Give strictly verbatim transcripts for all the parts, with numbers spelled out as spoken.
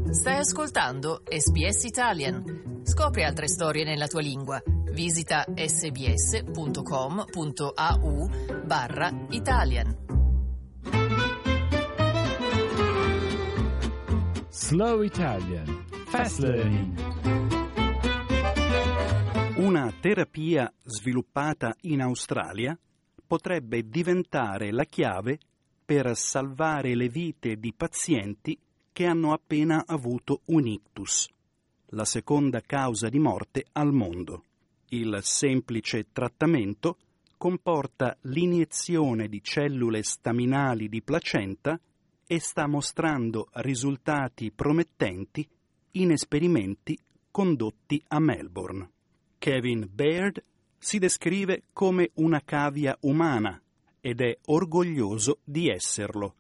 Stai ascoltando S B S Italian. Scopri altre storie nella tua lingua. Visita sbs.com.au barra Italian. Slow Italian. Fast Learning. Una terapia sviluppata in Australia potrebbe diventare la chiave per salvare le vite di pazienti che hanno appena avuto un ictus, la seconda causa di morte al mondo. Il semplice trattamento comporta l'iniezione di cellule staminali di placenta e sta mostrando risultati promettenti in esperimenti condotti a Melbourne. Kevin Baird si descrive come una cavia umana ed è orgoglioso di esserlo.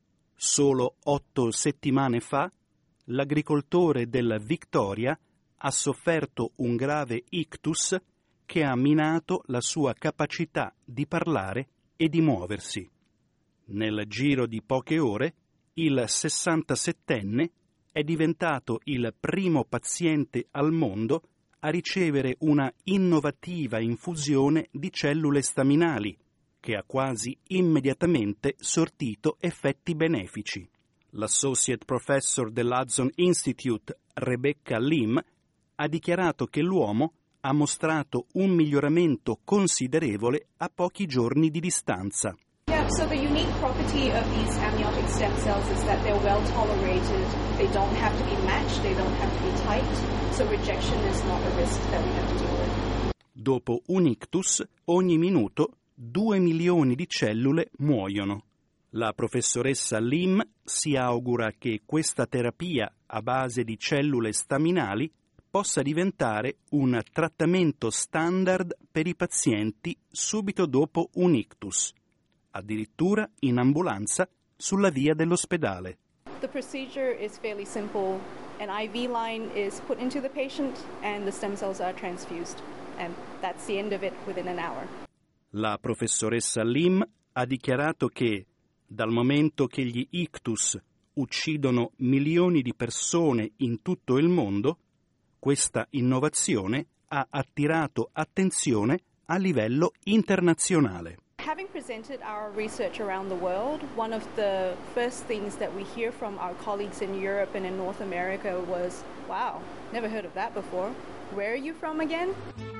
Solo otto settimane fa, l'agricoltore della Victoria ha sofferto un grave ictus che ha minato la sua capacità di parlare e di muoversi. Nel giro di poche ore, il sessantasettenne è diventato il primo paziente al mondo a ricevere una innovativa infusione di cellule staminali, che ha quasi immediatamente sortito effetti benefici. L'Associate Professor dell'Hudson Institute, Rebecca Lim, ha dichiarato che l'uomo ha mostrato un miglioramento considerevole a pochi giorni di distanza. Yeah, so the unique property of these amniotic stem cells is that they're well tolerated. They don't have to be matched, they don't have to be typed, so rejection is not a risk that we have to deal with. Dopo un ictus, ogni minuto due milioni di cellule muoiono. La professoressa Lim si augura che questa terapia a base di cellule staminali possa diventare un trattamento standard per i pazienti subito dopo un ictus, addirittura in ambulanza sulla via dell'ospedale. The procedure is fairly simple. An I V line is put into the patient and the stem cells are transfused. And that's the end of it within an hour. La professoressa Lim ha dichiarato che, dal momento che gli ictus uccidono milioni di persone in tutto il mondo, questa innovazione ha attirato attenzione a livello internazionale. Having presented our research around the world, one of the first things that we hear from our colleagues in Europe and in North America was, wow, never heard of that before. Where are you from again?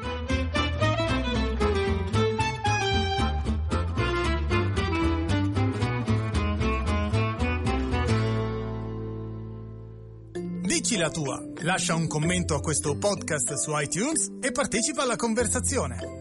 Dici la tua, lascia un commento a questo podcast su iTunes e partecipa alla conversazione.